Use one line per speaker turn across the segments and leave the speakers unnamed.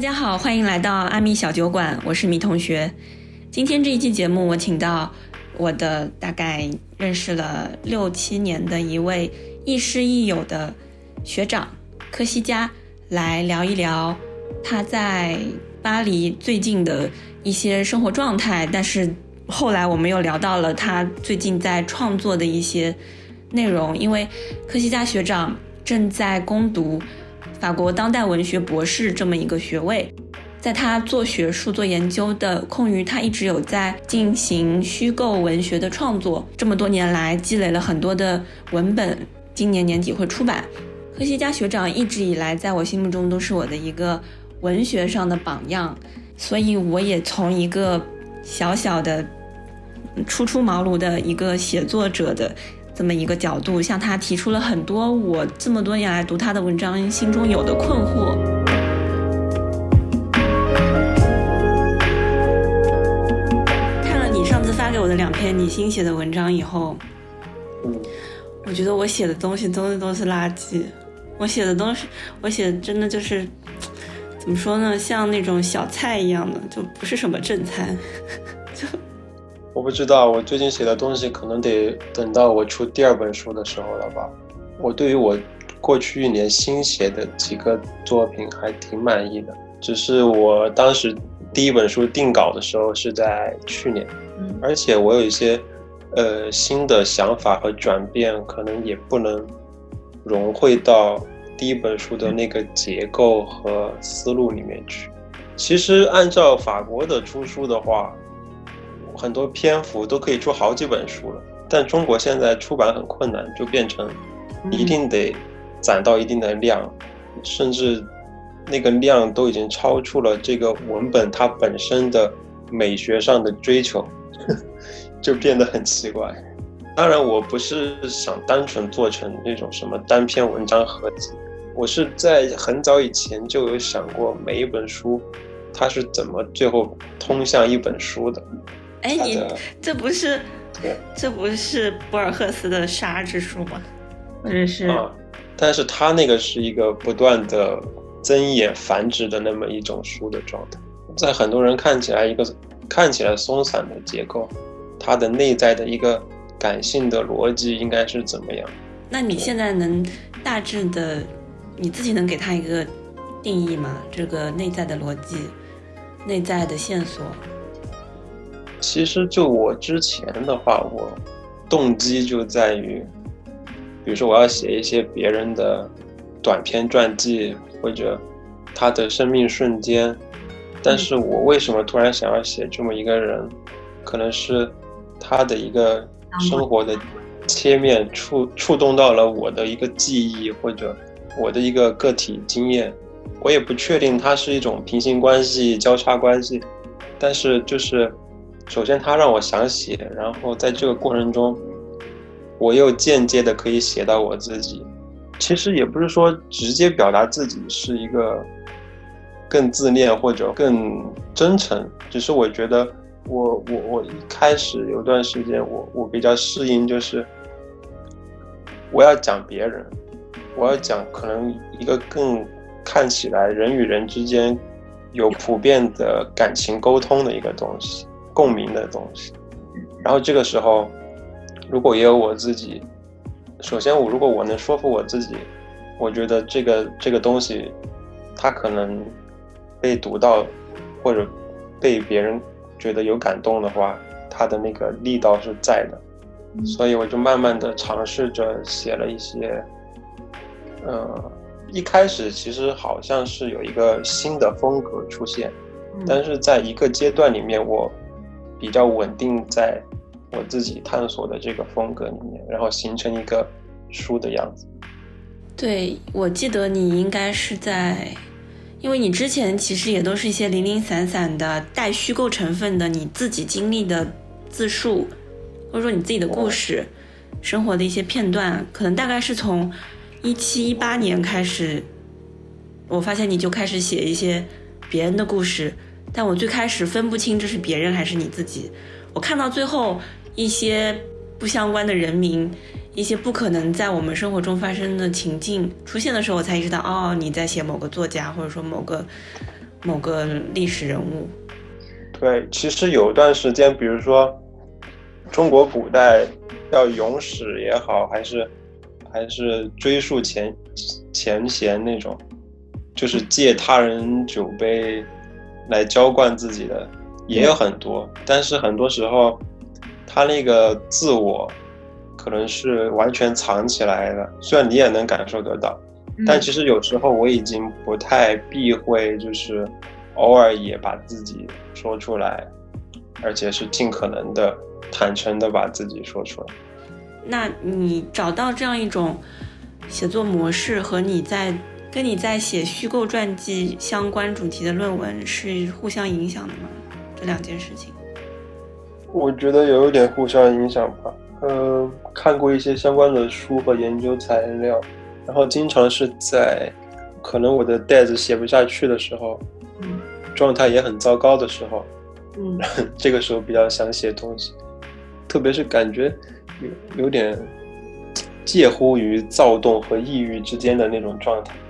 家好，欢迎来到阿咪小酒馆，我是米同学。今天这一期节目，我请到我的大概认识了6、7年的一位亦师亦友的学长柯西嘉来聊一聊他在巴黎最近的一些生活状态，但是后来我们又聊到了他最近在创作的一些内容，因为柯西嘉学长正在攻读法国当代文学博士这么一个学位，在他做学术做研究的空余，他一直有在进行虚构文学的创作，这么多年来积累了很多的文本，今年年底会出版。柯西嘉学长一直以来在我心目中都是我的一个文学上的榜样，所以我也从一个小小的初茅庐的一个写作者的这么一个角度，向他提出了很多我这么多年来读他的文章心中有的困惑。看了你上次发给我的2篇你新写的文章以后，我觉得我写的东西都是垃圾。我写的真的就是怎么说呢，像那种小菜一样的，就不是什么正餐。
我不知道，我最近写的东西可能得等到我出第2本书的时候了吧。我对于我过去1年新写的几个作品还挺满意的，只是我当时第1本书定稿的时候是在去年，而且我有一些新的想法和转变，可能也不能融汇到第1本书的那个结构和思路里面去。其实按照法国的出书的话，很多篇幅都可以出好几本书了，但中国现在出版很困难，就变成一定得攒到一定的量，甚至那个量都已经超出了这个文本它本身的美学上的追求，就变得很奇怪。当然我不是想单纯做成那种什么单篇文章合集，我是在很早以前就有想过每一本书它是怎么最后通向一本书的。
哎，你这不是博尔赫斯的沙之书吗？或者是
但是他那个是一个不断的增衍繁殖的那么一种书的状态，在很多人看起来一个看起来松散的结构，它的内在的一个感性的逻辑应该是怎么样？
那你现在能大致的你自己能给他一个定义吗？这个内在的逻辑，内在的线索。
其实就我之前的话，我动机就在于，比如说我要写一些别人的短篇传记或者他的生命瞬间，但是我为什么突然想要写这么一个人，可能是他的一个生活的切面触动到了我的一个记忆或者我的一个个体经验，我也不确定它是一种平行关系交叉关系，但是就是首先他让我想写，然后在这个过程中我又间接的可以写到我自己。其实也不是说直接表达自己是一个更自恋或者更真诚，只是我觉得我一开始有段时间我比较适应，就是我要讲别人，我要讲可能一个更看起来人与人之间有普遍的感情沟通的一个东西，共鸣的东西。然后这个时候如果也有我自己，首先如果我能说服我自己，我觉得这个东西它可能被读到或者被别人觉得有感动的话，它的那个力道是在的。所以我就慢慢的尝试着写了一些一开始其实好像是有一个新的风格出现，但是在一个阶段里面我比较稳定在我自己探索的这个风格里面，然后形成一个书的样子。
对，我记得你应该是在，因为你之前其实也都是一些零零散散的带虚构成分的你自己经历的自述，或者说你自己的故事生活的一些片段，可能大概是从17、18年开始，我发现你就开始写一些别人的故事，但我最开始分不清这是别人还是你自己。我看到最后一些不相关的人名，一些不可能在我们生活中发生的情境出现的时候，我才意识到，哦，你在写某个作家，或者说某某个历史人物。
对，其实有一段时间，比如说中国古代要咏史也好，还是追溯前贤那种，就是借他人酒杯来浇灌自己的也有很多，但是很多时候他那个自我可能是完全藏起来的，虽然你也能感受得到，但其实有时候我已经不太避讳，就是偶尔也把自己说出来，而且是尽可能的坦诚的把自己说出来。
那你找到这样一种写作模式和跟你在写虚构传记相关主题的论文是互相影响的吗？这两件事情
我觉得有一点互相影响吧。看过一些相关的书和研究材料，然后经常是在可能我的带子写不下去的时候，状态也很糟糕的时候，这个时候比较想写东西，特别是感觉有点介乎于躁动和抑郁之间的那种状态。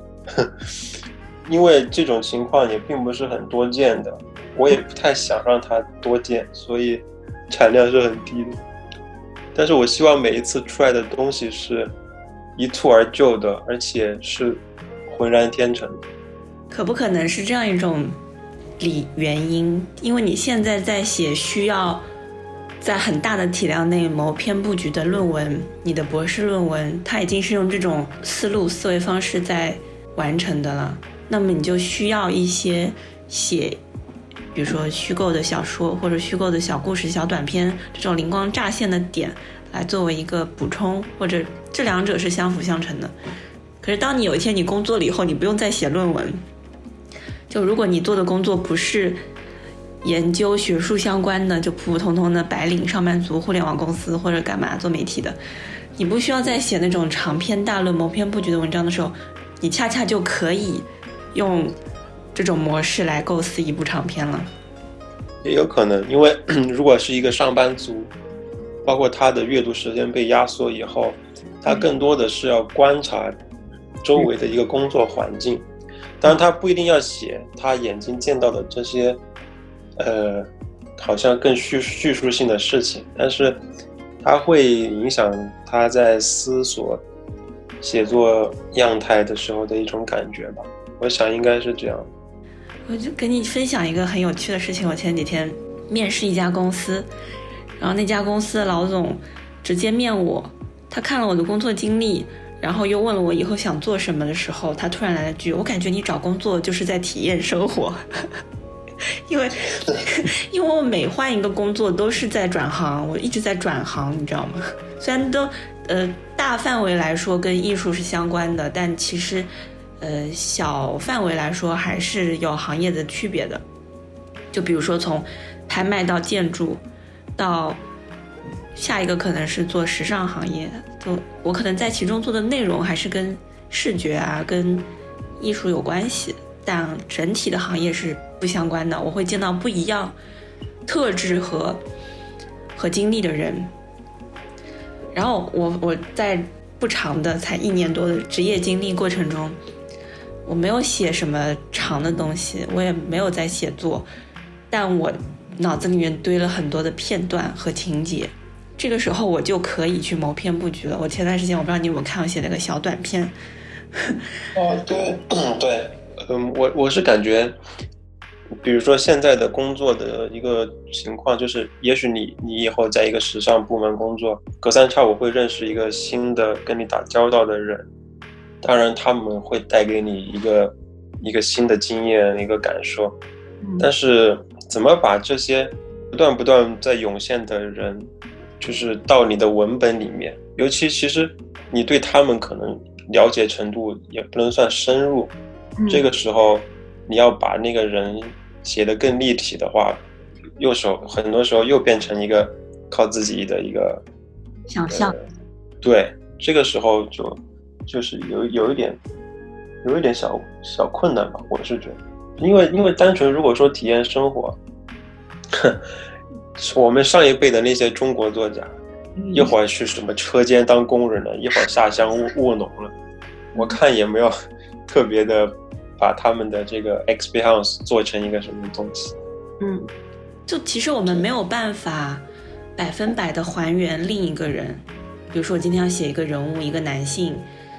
因为这种情况也并不是很多见的，我也不太想让它多见，所以产量是很低的。但是我希望每一次出来的东西是一蹴而就的，而且是浑然天成的。
可不可能是这样一种原因？因为你现在在写需要在很大的体量内谋篇布局的论文，你的博士论文它已经是用这种思维方式在完成的了，那么你就需要一些写比如说虚构的小说或者虚构的小故事、小短篇，这种灵光乍现的点来作为一个补充，或者这两者是相辅相成的。可是当你有一天你工作了以后，你不用再写论文，就如果你做的工作不是研究学术相关的，就普普通通的白领上班族、互联网公司或者干嘛做媒体的，你不需要再写那种长篇大论、谋篇布局的文章的时候，你恰恰就可以用这种模式来构思一部长篇了。
也有可能，因为如果是一个上班族，包括他的阅读时间被压缩以后，他更多的是要观察周围的一个工作环境。当然他不一定要写他眼睛见到的这些好像更叙述性的事情，但是它会影响他在思索写作样态的时候的一种感觉吧，我想应该是这样。
我就跟你分享一个很有趣的事情，我前几天面试一家公司，然后那家公司的老总直接面我，他看了我的工作经历，然后又问了我以后想做什么的时候，他突然来了句，我感觉你找工作就是在体验生活。因为我每换一个工作都是在转行，我一直在转行，你知道吗？虽然都大范围来说跟艺术是相关的，但其实小范围来说还是有行业的区别的。就比如说从拍卖到建筑，到下一个可能是做时尚行业，就我可能在其中做的内容还是跟视觉啊、跟艺术有关系，但整体的行业是不相关的。我会见到不一样特质和经历的人。然后我在不长的才1年多的职业经历过程中，我没有写什么长的东西，我也没有在写作，但我脑子里面堆了很多的片段和情节，这个时候我就可以去谋篇布局了。我前段时间我不知道你有没有看我写那个小短片。
对，我是感觉比如说现在的工作的一个情况，就是也许你以后在一个时尚部门工作，隔三差五会认识一个新的跟你打交道的人，当然他们会带给你一个新的经验，一个感受，但是怎么把这些不断在涌现的人就是到你的文本里面，尤其其实你对他们可能了解程度也不能算深入，这个时候你要把那个人写得更立体的话，很多时候又变成一个靠自己的一个
想象，
对，这个时候就是有一点小困难吧，我是觉得，因为单纯如果说体验生活，我们上一辈的那些中国作家，一会儿去什么车间当工人了，一会儿下乡务农了，我看也没有特别的把他们的这个 experience 做成一个什么东西。
就其实我们没有办法100%的还原另一个人。比如说我今天要写一个人物，一个男性，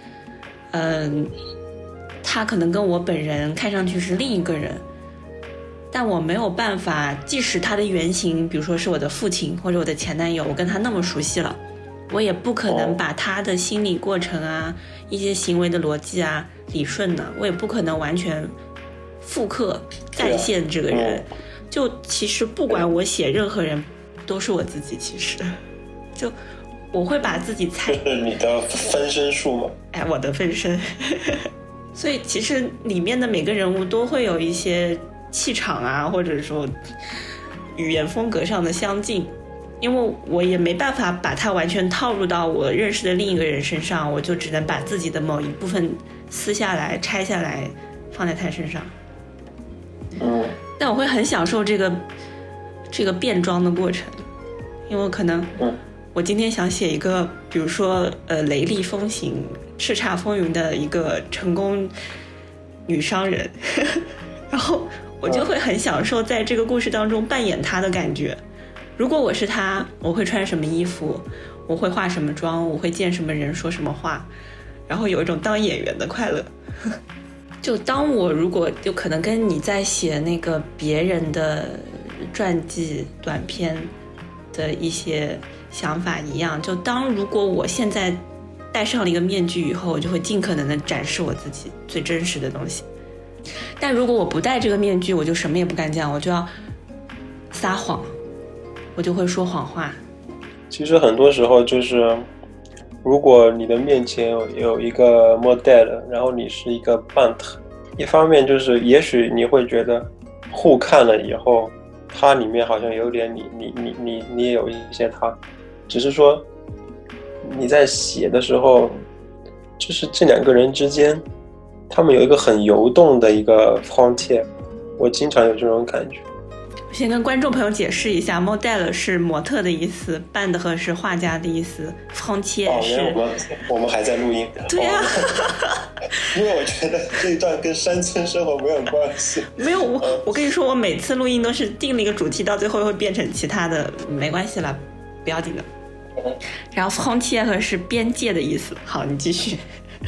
他可能跟我本人看上去是另一个人，但我没有办法，即使他的原型比如说是我的父亲或者我的前男友，我跟他那么熟悉了，我也不可能把他的心理过程啊，一些行为的逻辑啊理顺的，我也不可能完全复刻再现这个人。就其实不管我写任何人都是我自己，其实就我会把自己猜，
这是你的分身术吗？
哎，我的分身所以其实里面的每个人物都会有一些气场啊，或者说语言风格上的相近，因为我也没办法把它完全套入到我认识的另一个人身上，我就只能把自己的某一部分撕下来拆下来放在他身上。但我会很享受这个变装的过程，因为可能我今天想写一个比如说雷厉风行叱咤风云的一个成功女商人然后我就会很享受在这个故事当中扮演她的感觉。如果我是她，我会穿什么衣服，我会化什么妆，我会见什么人说什么话，然后有一种当演员的快乐就当我如果就可能跟你在写那个别人的传记短片的一些想法一样，就当如果我现在戴上了一个面具以后，我就会尽可能的展示我自己最真实的东西。但如果我不戴这个面具，我就什么也不敢讲，我就要撒谎，我就会说谎话。
其实很多时候就是如果你的面前有一个 model， 然后你是一个 bant， 一方面就是也许你会觉得互看了以后它里面好像有点你也有一些它，只是说你在写的时候就是这两个人之间他们有一个很游动的一个 frontier， 我经常有这种感觉。
我先跟观众朋友解释一下， model 是模特的意思， band 和是画家的意思， frontier 是
我们还在录音。
对啊
因为我觉得这一段跟山村生活没有关系。
没有，我跟你说，我每次录音都是定了一个主题，到最后会变成其他的，没关系了，不要紧的。然后 frontier 是边界的意思。好，你继续。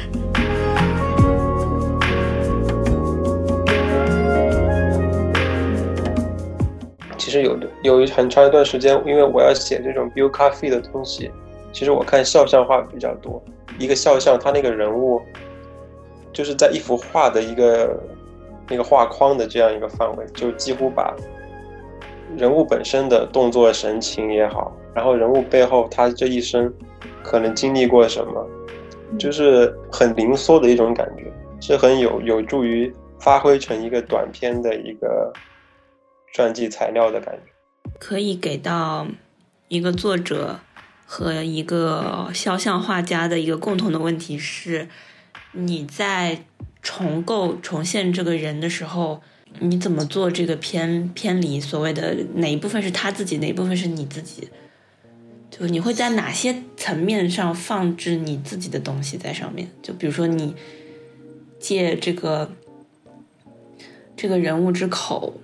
其实有很长一段时间，因为我要写这种 biography 的东西，其实我看肖像画比较多。一个肖像，它那个人物就是在一幅画的一个那个画框的这样一个范围，就几乎把人物本身的动作神情也好，然后人物背后他这一生可能经历过什么，就是很零缩的一种感觉，是很有助于发挥成一个短片的一个传记材料的感觉。
可以给到一个作者和一个肖像画家的一个共同的问题是，你在重现这个人的时候，你怎么做这个偏离所谓的哪一部分是他自己，哪一部分是你自己，就你会在哪些层面上放置你自己的东西在上面。就比如说你借这个人物之口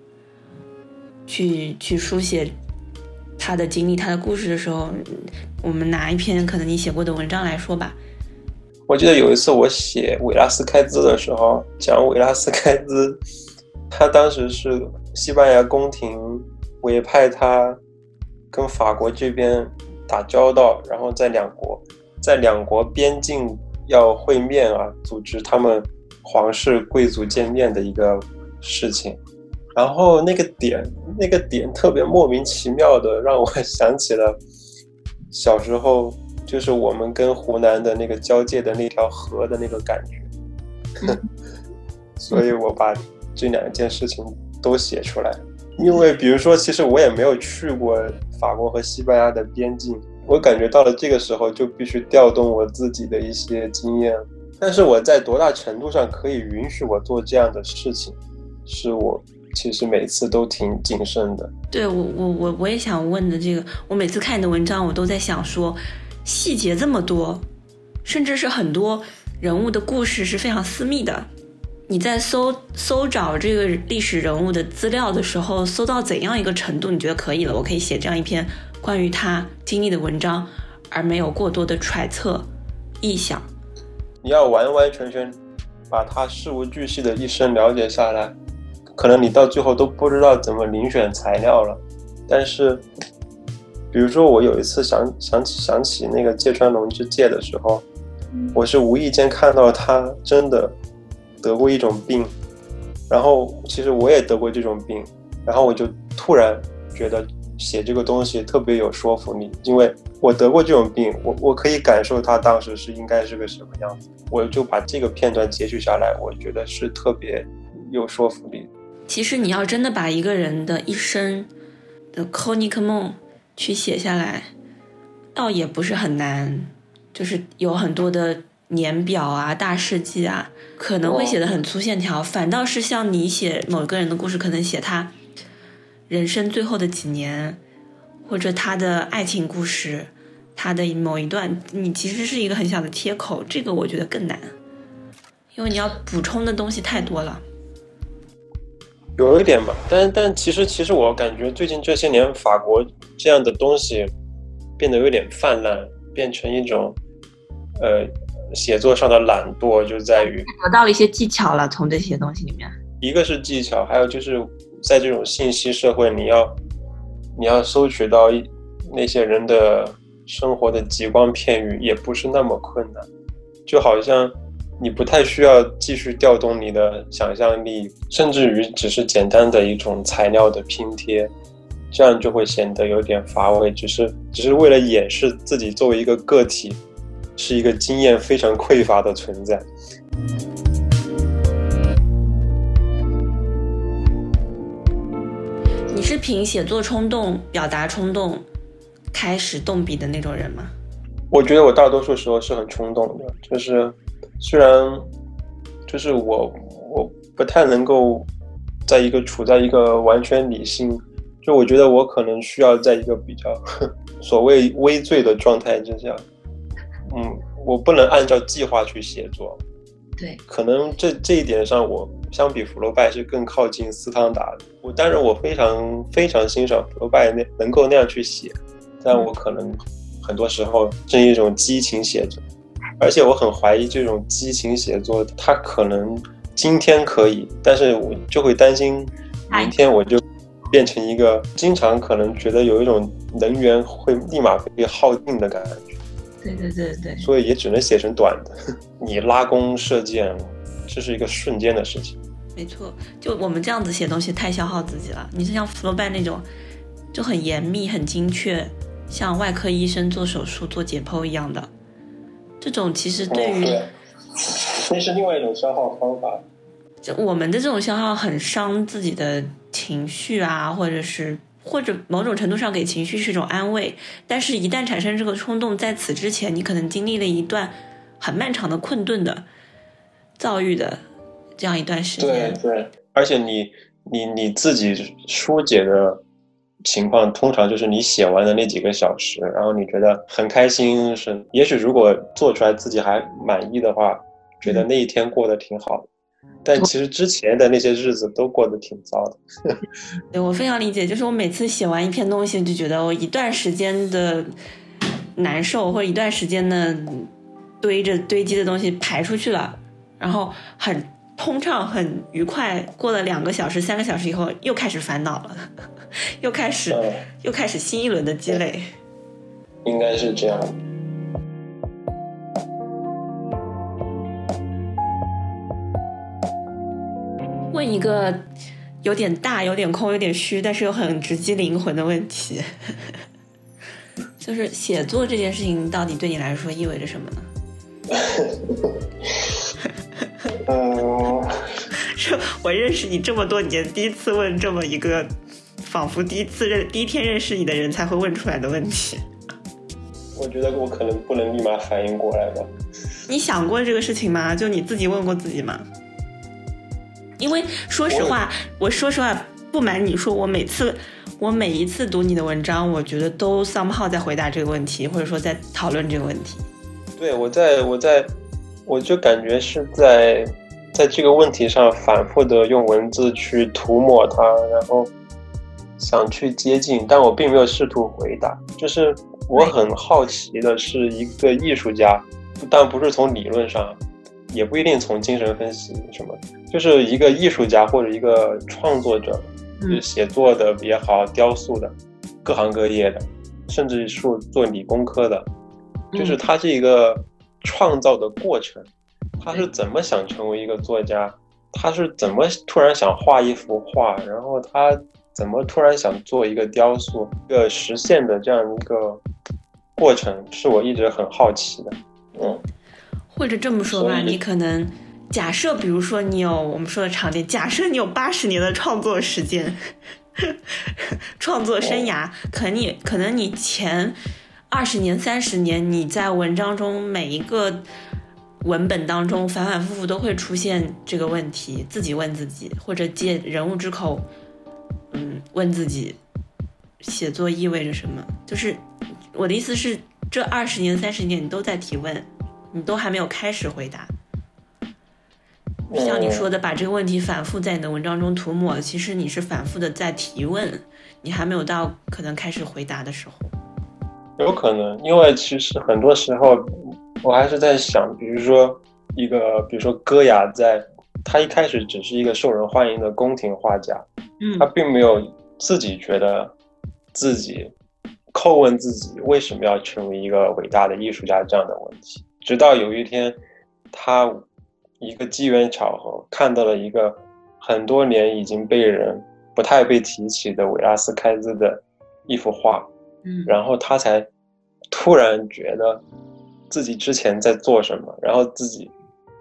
去书写他的经历他的故事的时候，我们拿一篇可能你写过的文章来说吧。
我记得有一次我写韦拉斯开兹的时候，讲韦拉斯开兹，他当时是西班牙宫廷委派他跟法国这边打交道，然后在两国边境要会面啊，组织他们皇室贵族见面的一个事情。然后那个点特别莫名其妙的让我想起了小时候就是我们跟湖南的那个交界的那条河的那个感觉所以我把这两件事情都写出来。因为比如说其实我也没有去过法国和西班牙的边境，我感觉到了这个时候就必须调动我自己的一些经验，但是我在多大程度上可以允许我做这样的事情，是我其实每次都挺谨慎的。
对，我也想问的这个，我每次看你的文章我都在想说，细节这么多，甚至是很多人物的故事是非常私密的， 你在搜找这个历史人物的资料的时候，搜到怎样一个程度你觉得可以了，我可以写这样一篇关于他经历的文章，而没有过多的揣测臆想。
你要完完全全把他事无巨细的一生了解下来，可能你到最后都不知道怎么遴选材料了。但是比如说我有一次想起那个芥川龙之介的时候，我是无意间看到他真的得过一种病，然后其实我也得过这种病，然后我就突然觉得写这个东西特别有说服力，因为我得过这种病，我可以感受他当时是应该是个什么样子，我就把这个片段截取下来，我觉得是特别有说服力。
其实你要真的把一个人的一生的 chronique梦去写下来，倒也不是很难，就是有很多的年表啊、大事记啊，可能会写得很粗线条，反倒是像你写某个人的故事，可能写他人生最后的几年，或者他的爱情故事，他的某一段，你其实是一个很小的切口，这个我觉得更难，因为你要补充的东西太多了。
有一点吧，但其实我感觉最近这些年法国这样的东西变得有点泛滥，变成一种写作上的懒惰，就在于
得到了一些技巧了，从这些东西里面，
一个是技巧，还有就是在这种信息社会，你要搜取到那些人的生活的极光片语，也不是那么困难，就好像你不太需要继续调动你的想象力，甚至于只是简单的一种材料的拼贴，这样就会显得有点乏味，只是为了掩饰自己作为一个个体是一个经验非常匮乏的存在。
你是凭写作冲动、表达冲动开始动笔的那种人吗？
我觉得我大多数时候是很冲动的，就是虽然就是我不太能够处在一个完全理性，就我觉得我可能需要在一个比较所谓微醉的状态之下，我不能按照计划去写作。
对，
可能这一点上，我相比福楼拜是更靠近斯汤达的。当然我非常非常欣赏福楼拜能够那样去写，但我可能很多时候是一种激情写作，而且我很怀疑这种激情写作，它可能今天可以，但是我就会担心明天我就变成一个经常可能觉得有一种能源会立马被耗尽的感觉。
对，
所以也只能写成短的。你拉弓射箭，这是一个瞬间的事情。
没错，就我们这样子写东西太消耗自己了。你是像福楼拜那种就很严密很精确，像外科医生做手术做解剖一样的，这种其实对于
那是另外一种消耗方法。
就我们的这种消耗很伤自己的情绪啊，或者某种程度上给情绪是一种安慰，但是一旦产生这个冲动，在此之前你可能经历了一段很漫长的困顿的躁郁的这样一段时间。
对，而且你自己疏解的情况通常就是你写完的那几个小时，然后你觉得很开心，也许如果做出来自己还满意的话，觉得那一天过得挺好的，但其实之前的那些日子都过得挺糟的。
对，我非常理解，就是我每次写完一篇东西，就觉得我一段时间的难受或者一段时间的堆积的东西排出去了，然后很通畅很愉快，过了2个小时3个小时以后又开始烦恼了，又开始新一轮的积累。
应该是这样的。
问一个有点大有点空有点虚但是又很直击灵魂的问题，就是写作这件事情到底对你来说意味着什么呢？是我认识你这么多年第一次问这么一个仿佛第一天认识你的人才会问出来的问题。
我觉得我可能不能立马反应过来吧。
你想过这个事情吗？就你自己问过自己吗？因为说实话不瞒你说，我每一次读你的文章，我觉得都 somehow 在回答这个问题，或者说在讨论这个问题。
对，我就感觉是在在这个问题上反复的用文字去涂抹它，然后想去接近，但我并没有试图回答。就是我很好奇的是，一个艺术家，但不是从理论上，也不一定从精神分析什么，就是一个艺术家或者一个创作者，就是写作的也好，雕塑的，各行各业的，甚至是做理工科的，就是他是一个创造的过程。他是怎么想成为一个作家？他是怎么突然想画一幅画？然后他怎么突然想做一个雕塑？一个实现的这样一个过程，是我一直很好奇的。
或者这么说吧，你可能假设，比如说你有我们说的场地，假设你有80年的创作时间，创作生涯，可能你前20年、30年，你在文章中每一个文本当中反反复复都会出现这个问题，自己问自己，或者借人物之口问自己写作意味着什么。就是我的意思是，这20年30年你都在提问，你都还没有开始回答。像你说的把这个问题反复在你的文章中涂抹，其实你是反复的在提问，你还没有到可能开始回答的时候。
有可能，因为其实很多时候我还是在想，比如说戈雅他一开始只是一个受人欢迎的宫廷画家，他并没有自己觉得自己叩问自己为什么要成为一个伟大的艺术家这样的问题，直到有一天他一个机缘巧合看到了一个很多年已经被人不太被提起的维拉斯开兹的一幅画，然后他才突然觉得自己之前在做什么，然后自己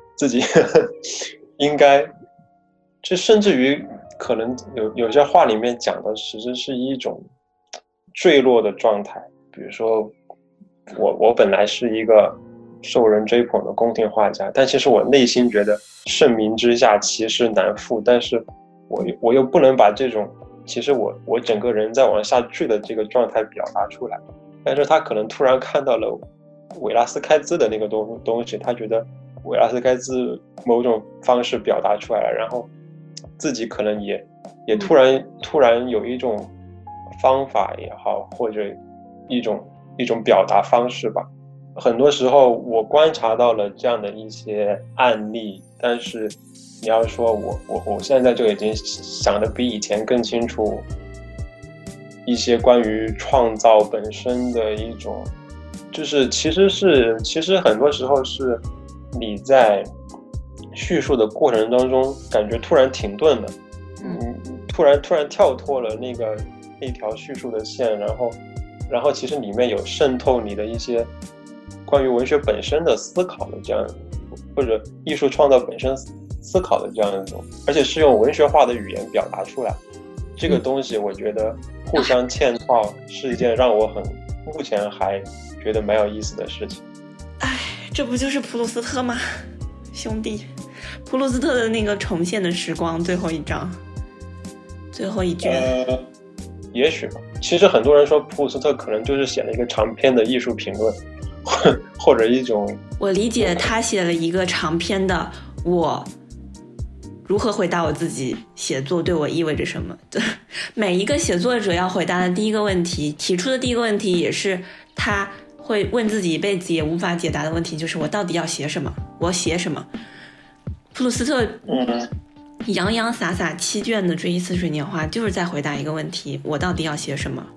应该，这甚至于可能有些话里面讲的其实是一种坠落的状态。比如说我本来是一个受人追捧的宫廷画家，但其实我内心觉得盛名之下其实难副，但是我又不能把这种其实我整个人在往下坠的这个状态表达出来。但是他可能突然看到了维拉斯开兹的那个东西，他觉得维拉斯开兹某种方式表达出来了，然后自己可能也突然有一种方法也好，或者一种表达方式吧。很多时候我观察到了这样的一些案例，但是你要说我现在就已经想得比以前更清楚一些关于创造本身的一种，就是其实很多时候是你在叙述的过程当中感觉突然停顿了，突然跳脱了那条叙述的线，然后其实里面有渗透你的一些关于文学本身的思考的这样，或者艺术创造本身思考的这样一种，而且是用文学化的语言表达出来。这个东西我觉得互相嵌套是一件让我目前还觉得蛮有意思的事情。
这不就是普鲁斯特吗？兄弟，普鲁斯特的那个重现的时光最后一章，最后一卷。
也许吧。其实很多人说普鲁斯特可能就是写了一个长篇的艺术评论，或者一种，
我理解他写了一个长篇的我如何回答我自己写作对我意味着什么。每一个写作者要回答的第一个问题，提出的第一个问题，也是他会问自己一辈子也无法解答的问题，就是我到底要写什么，我写什么。普鲁斯特洋洋洒洒7卷的《追忆似水年华》就是在回答一个问题，我到底要写什么，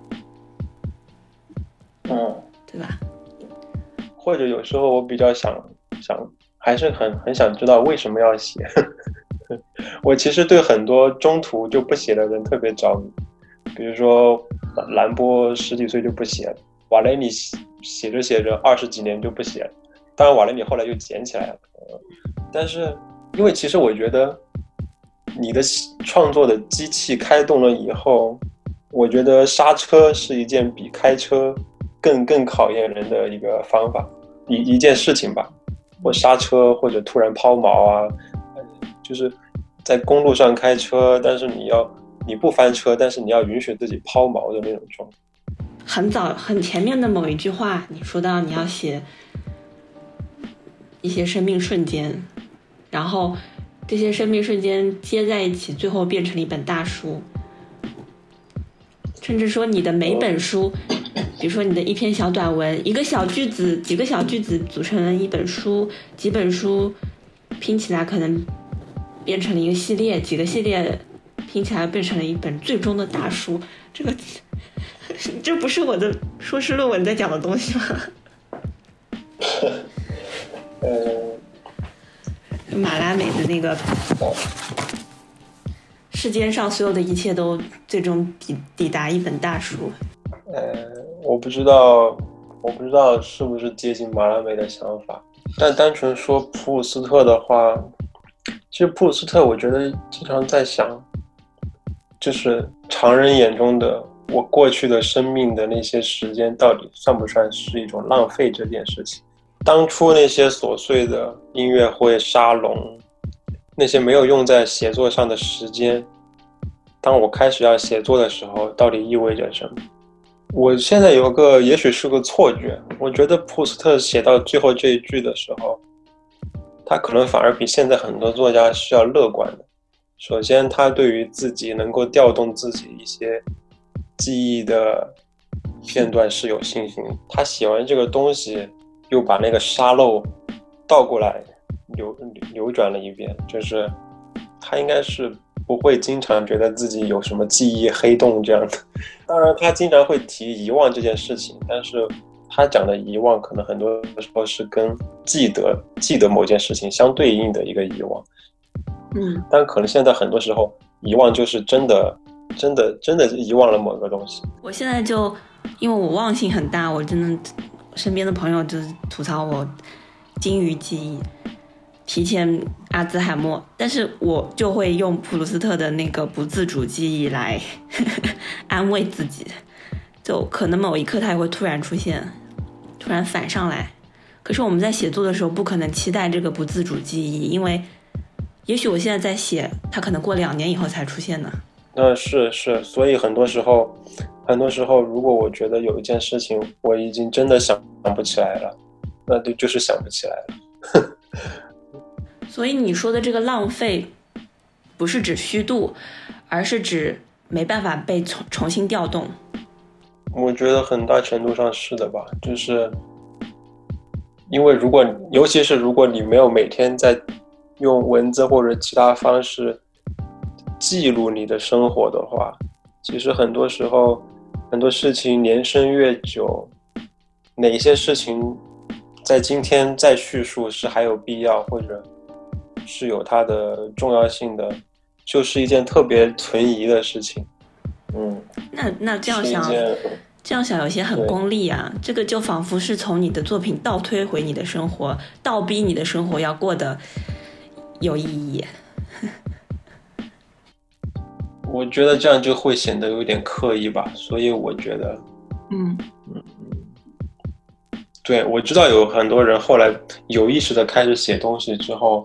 对吧？
或者有时候我比较想还是很想知道为什么要写。我其实对很多中途就不写的人特别着迷，比如说兰波10几岁就不写了，瓦雷米写着写着20几年就不写了，当然瓦雷米后来又捡起来了。但是因为其实我觉得你的创作的机器开动了以后，我觉得刹车是一件比开车更考验人的一个方法，一件事情吧。或刹车或者突然抛锚啊，就是在公路上开车，但是你不翻车，但是你要允许自己抛锚的那种状态。
很前面的某一句话，你说到你要写一些生命瞬间，然后这些生命瞬间接在一起，最后变成了一本大书。甚至说你的每本书，比如说你的一篇小短文，一个小句子，几个小句子组成了一本书，几本书拼起来可能变成了一个系列，几个系列拼起来变成了一本最终的大书。这不是我的硕士论文在讲的东西吗？马拉美的那个世间上所有的一切都最终抵达一本大书。
我不知道是不是接近马拉美的想法，但单纯说普鲁斯特的话，其实普鲁斯特我觉得经常在想，就是常人眼中的我过去的生命的那些时间到底算不算是一种浪费这件事情。当初那些琐碎的音乐会、沙龙，那些没有用在写作上的时间，当我开始要写作的时候，到底意味着什么？我现在有个也许是个错觉，我觉得普鲁斯特写到最后这一句的时候，他可能反而比现在很多作家是要乐观的。首先，他对于自己能够调动自己一些记忆的片段是有信心。他写完这个东西，又把那个沙漏倒过来流转了一遍，就是他应该是不会经常觉得自己有什么记忆黑洞这样的。当然他经常会提遗忘这件事情，但是他讲的遗忘可能很多时候是跟记得某件事情相对应的一个遗忘。但可能现在很多时候遗忘就是真的遗忘了某个东西。
我现在就因为我忘性很大，我真的身边的朋友就是吐槽我金鱼记忆，提前阿兹海默，但是我就会用普鲁斯特的那个不自主记忆来安慰自己，就可能某一刻它也会突然出现，突然反上来。可是我们在写作的时候不可能期待这个不自主记忆，因为也许我现在在写，它可能过2年以后才出现呢。
是，所以很多时候如果我觉得有一件事情我已经真的想不起来了，那就是想不起来了。
所以你说的这个浪费不是指虚度，而是指没办法被重新调动。
我觉得很大程度上是的吧，就是因为尤其是如果你没有每天在用文字或者其他方式记录你的生活的话，其实很多时候很多事情年深越久，哪些事情在今天再叙述是还有必要或者是有它的重要性的，就是一件特别存疑的事情。
那这样想有些很功利啊，这个就仿佛是从你的作品倒推回你的生活，倒逼你的生活要过得有意义。
我觉得这样就会显得有点刻意吧，所以我觉得对，我知道有很多人后来有意识的开始写东西之后，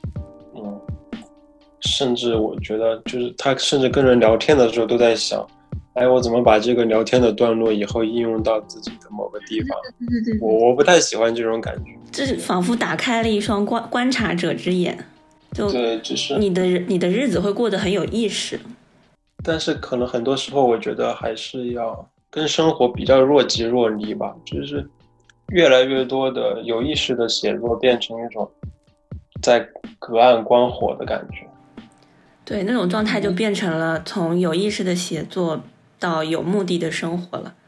甚至我觉得就是他甚至跟人聊天的时候都在想，我怎么把这个聊天的段落以后应用到自己的某个地方。我不太喜欢这种感觉，
这仿佛打开了一双观察者之眼，就
对，就是
你的日子会过得很有意识。
但是可能很多时候我觉得还是要跟生活比较若即若离吧，就是越来越多的有意识的写作变成一种在隔岸观火的感觉。
对，那种状态就变成了从有意识的写作到有目的的生活了。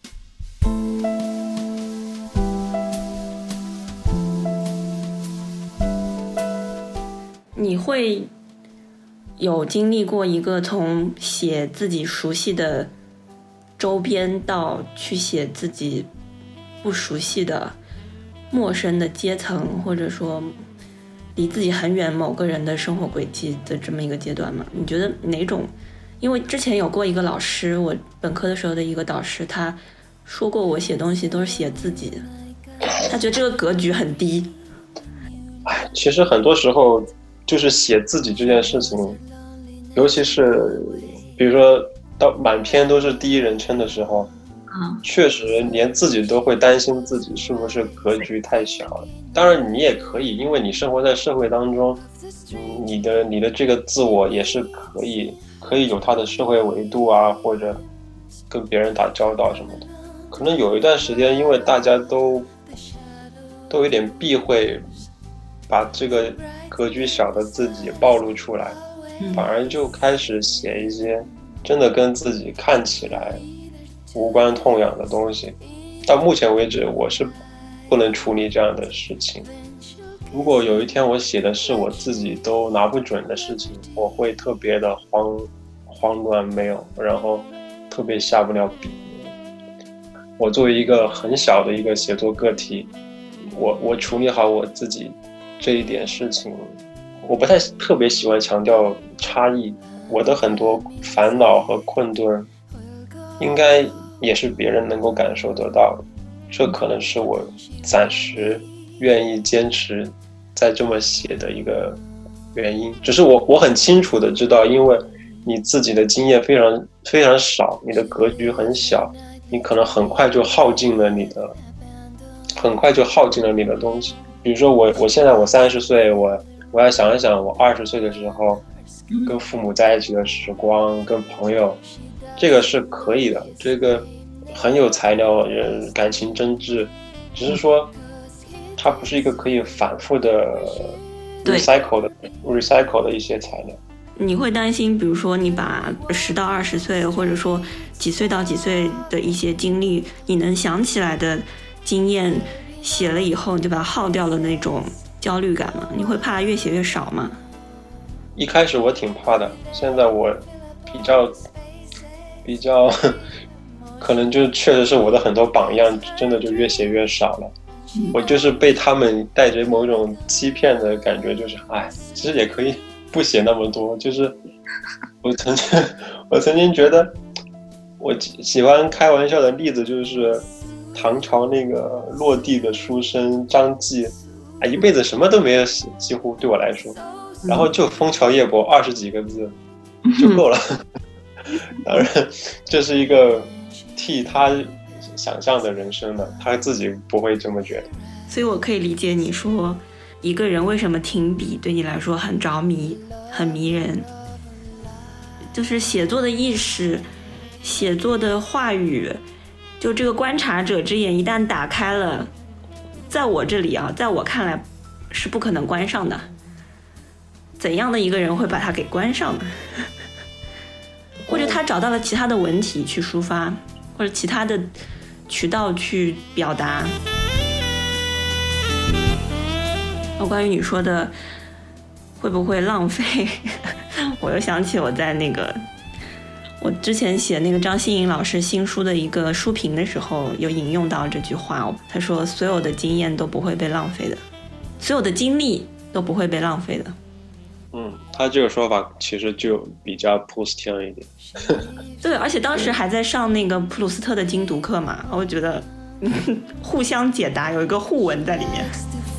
你会有经历过一个从写自己熟悉的周边到去写自己不熟悉的陌生的阶层，或者说离自己很远某个人的生活轨迹的这么一个阶段吗？你觉得哪种？因为之前有过一个老师，我本科的时候的一个导师，他说过我写东西都是写自己的，他觉得这个格局很低。
其实很多时候就是写自己这件事情，尤其是比如说到满篇都是第一人称的时候， 确实连自己都会担心自己是不是格局太小了。当然你也可以，因为你生活在社会当中，你的这个自我也是可以有它的社会维度啊，或者跟别人打交道什么的。可能有一段时间，因为大家都有点避讳把这个格局小的自己暴露出来，反而就开始写一些真的跟自己看起来无关痛痒的东西。到目前为止我是不能处理这样的事情。如果有一天我写的是我自己都拿不准的事情，我会特别的慌乱没有，然后特别下不了笔。我作为一个很小的一个写作个体，我处理好我自己这一点事情，我不太特别喜欢强调差异。我的很多烦恼和困顿应该也是别人能够感受得到的，这可能是我暂时愿意坚持再这么写的一个原因。只是我很清楚的知道，因为你自己的经验非常非常少，你的格局很小，你可能很快就耗尽了你的东西。比如说我现在我30岁，我要想一想我20岁的时候跟父母在一起的时光，跟朋友，这个是可以的，这个很有材料，感情真挚，只是说它不是一个可以反复的 recycle 的一些材料。
你会担心比如说你把10到20岁或者说几岁到几岁的一些经历，你能想起来的经验写了以后你就把它耗掉了那种焦虑感吗？你会怕越写越少吗？
一开始我挺怕的，现在我比较可能就确实是我的很多榜样真的就越写越少了。我就是被他们带着某种欺骗的感觉，就是其实也可以不写那么多。就是我曾经觉得，我喜欢开玩笑的例子就是唐朝那个落地的书生张继，一辈子什么都没有写，几乎对我来说，然后就枫桥夜泊20几个字就够了。当然这是一个替他想象的人生的，他自己不会这么觉得。
所以我可以理解你说一个人为什么停笔对你来说很着迷，很迷人，就是写作的意识，写作的话语，就这个观察者之眼一旦打开了，在我这里在我看来是不可能关上的。怎样的一个人会把它给关上呢？或者他找到了其他的文体去抒发，或者其他的渠道去表达。关于你说的会不会浪费，我又想起我在我之前写那个张欣颖老师新书的一个书评的时候，有引用到这句话。他说所有的经验都不会被浪费的，所有的经历都不会被浪费的。
他这个说法其实就比较普鲁斯特一点。
对，而且当时还在上那个普鲁斯特的精读课嘛，我觉得互相解答，有一个互文在里面。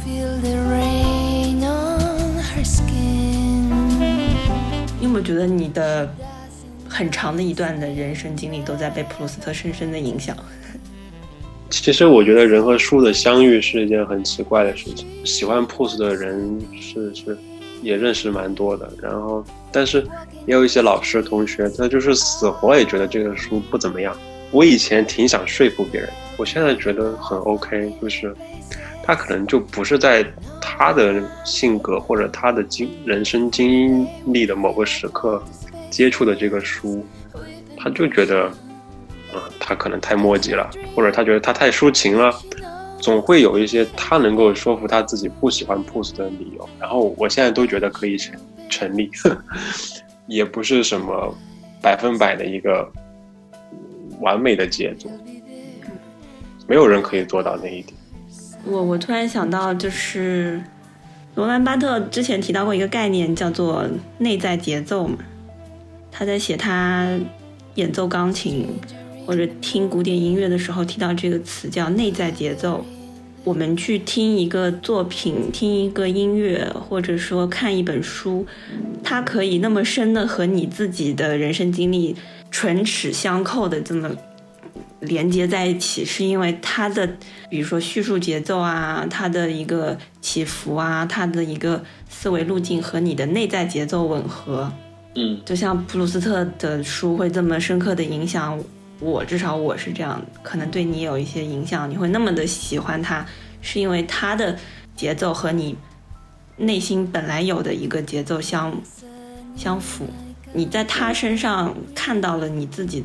你有没有觉得你的很长的一段的人生经历都在被普鲁斯特深深的影响？
其实我觉得人和书的相遇是一件很奇怪的事情。喜欢普鲁斯的人是也认识蛮多的，然后但是也有一些老师同学他就是死活也觉得这个书不怎么样。我以前挺想说服别人，我现在觉得很 OK， 就是他可能就不是在他的性格或者他的人生经历的某个时刻接触的这个书，他就觉得他可能太墨迹了，或者他觉得他太抒情了，总会有一些他能够说服他自己不喜欢 Proust 的理由，然后我现在都觉得可以成立，也不是什么100%的一个完美的杰作，没有人可以做到那一点。
我突然想到，就是罗兰巴特之前提到过一个概念叫做内在节奏嘛，他在写他演奏钢琴或者听古典音乐的时候提到这个词叫内在节奏。我们去听一个作品，听一个音乐，或者说看一本书，它可以那么深的和你自己的人生经历唇齿相扣的这么连接在一起，是因为它的比如说叙述节奏啊，它的一个起伏啊，它的一个思维路径和你的内在节奏吻合。就像普鲁斯特的书会这么深刻的影响我，至少我是这样，可能对你有一些影响，你会那么的喜欢它，是因为它的节奏和你内心本来有的一个节奏相符，你在他身上看到了你自己，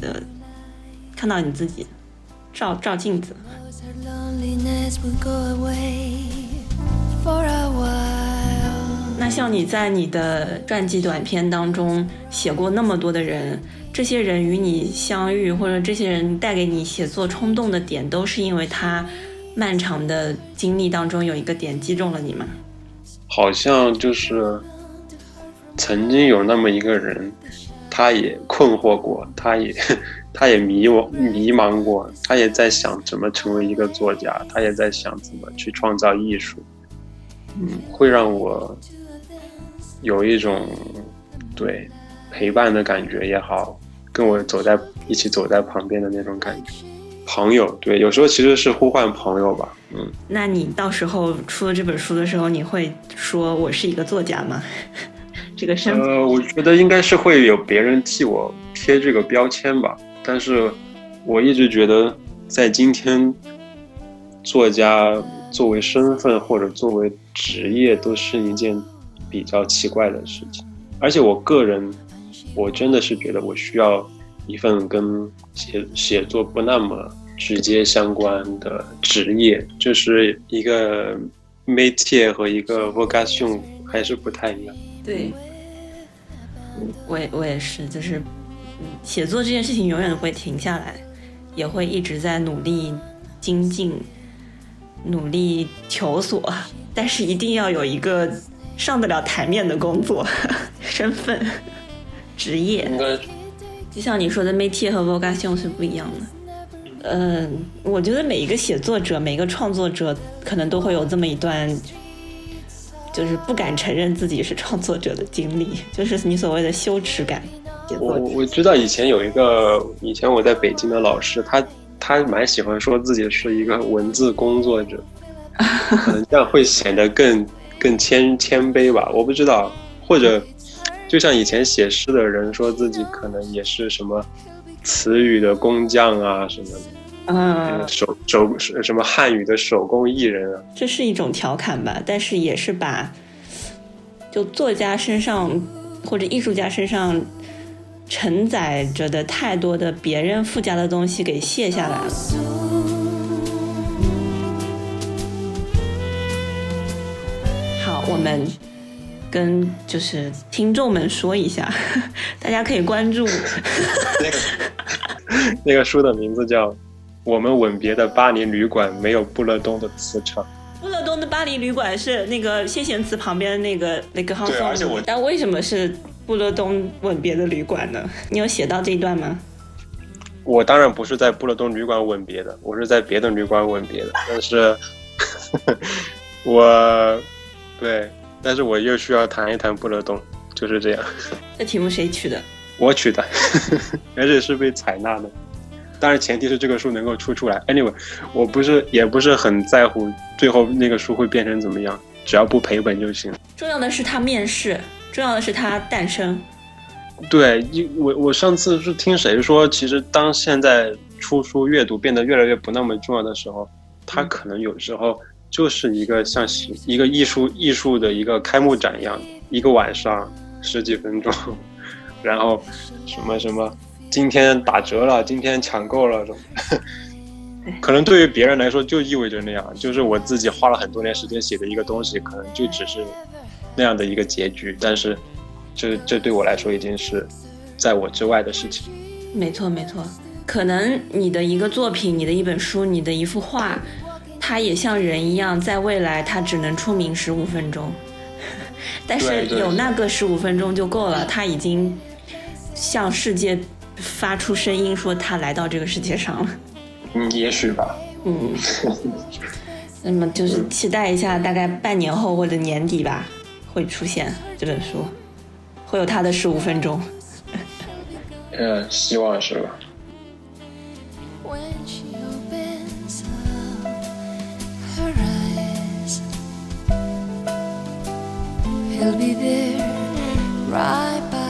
照镜子。那像你在你的传记短片当中写过那么多的人，这些人与你相遇，或者这些人带给你写作冲动的点，都是因为他漫长的经历当中有一个点击中了你吗？
好像就是曾经有那么一个人，他也困惑过，他也迷茫过，他也在想怎么成为一个作家，他也在想怎么去创造艺术。会让我有一种对陪伴的感觉也好，跟我一起走在旁边的那种感觉。朋友，对，有时候其实是呼唤朋友吧。
那你到时候出了这本书的时候，你会说我是一个作家吗？这个身份，
我觉得应该是会有别人替我贴这个标签吧。但是我一直觉得，在今天，作家作为身份或者作为职业，都是一件比较奇怪的事情。而且我个人，我真的是觉得我需要一份跟写作不那么直接相关的职业，就是一个 métier 和一个 vocation 还是不太一样。
对，我也是，就是写作这件事情永远都会停下来，也会一直在努力精进，努力求索，但是一定要有一个上得了台面的工作身份职业。就像你说的 métier 和 vocation 是不一样的。我觉得每一个写作者，每一个创作者可能都会有这么一段就是不敢承认自己是创作者的经历，就是你所谓的羞耻感。
我知道以前我在北京的老师，他蛮喜欢说自己是一个文字工作者，可能这样会显得更谦卑吧，我不知道。或者就像以前写诗的人说自己可能也是什么词语的工匠啊什么的，什么汉语的手工艺人啊，
这是一种调侃吧，但是也是把就作家身上或者艺术家身上承载着的太多的别人附加的东西给卸下来了。好，我们跟就是听众们说一下，大家可以关注
那个书的名字叫《我们吻别的巴黎旅馆没有布勒东的磁场》。
布勒东的巴黎旅馆是那个谢贤祠旁边那个航松，但为什么是布勒东吻别的旅馆呢？你有写到这一段吗？
我当然不是在布勒东旅馆吻别的，我是在别的旅馆吻别的，但是但是我又需要谈一谈布勒东，就是这样。
这题目谁取的？
我取的，而且是被采纳的。当然前提是这个书能够出来。Anyway， 我也不是很在乎最后那个书会变成怎么样，只要不赔本就行。
重要的是它面世，重要的是它诞生。
对，我上次是听谁说，其实当现在出书阅读变得越来越不那么重要的时候，它可能有时候就是一个像一个艺术的一个开幕展一样，一个晚上10几分钟，然后什么今天打折了，今天抢购了什么可能对于别人来说就意味着那样，就是我自己花了很多年时间写的一个东西，可能就只是那样的一个结局，但是这对我来说已经是在我之外的事情。
没错，可能你的一个作品，你的一本书，你的一幅画，它也像人一样，在未来它只能出名15分钟，但是有那个15分钟就够了，它已经向世界发出声音说它来到这个世界上了。
也许吧。
那么就是期待一下，大概半年后或者年底吧，会出现这本书，会有它的15分钟。
希望是吧。
He'll be there right by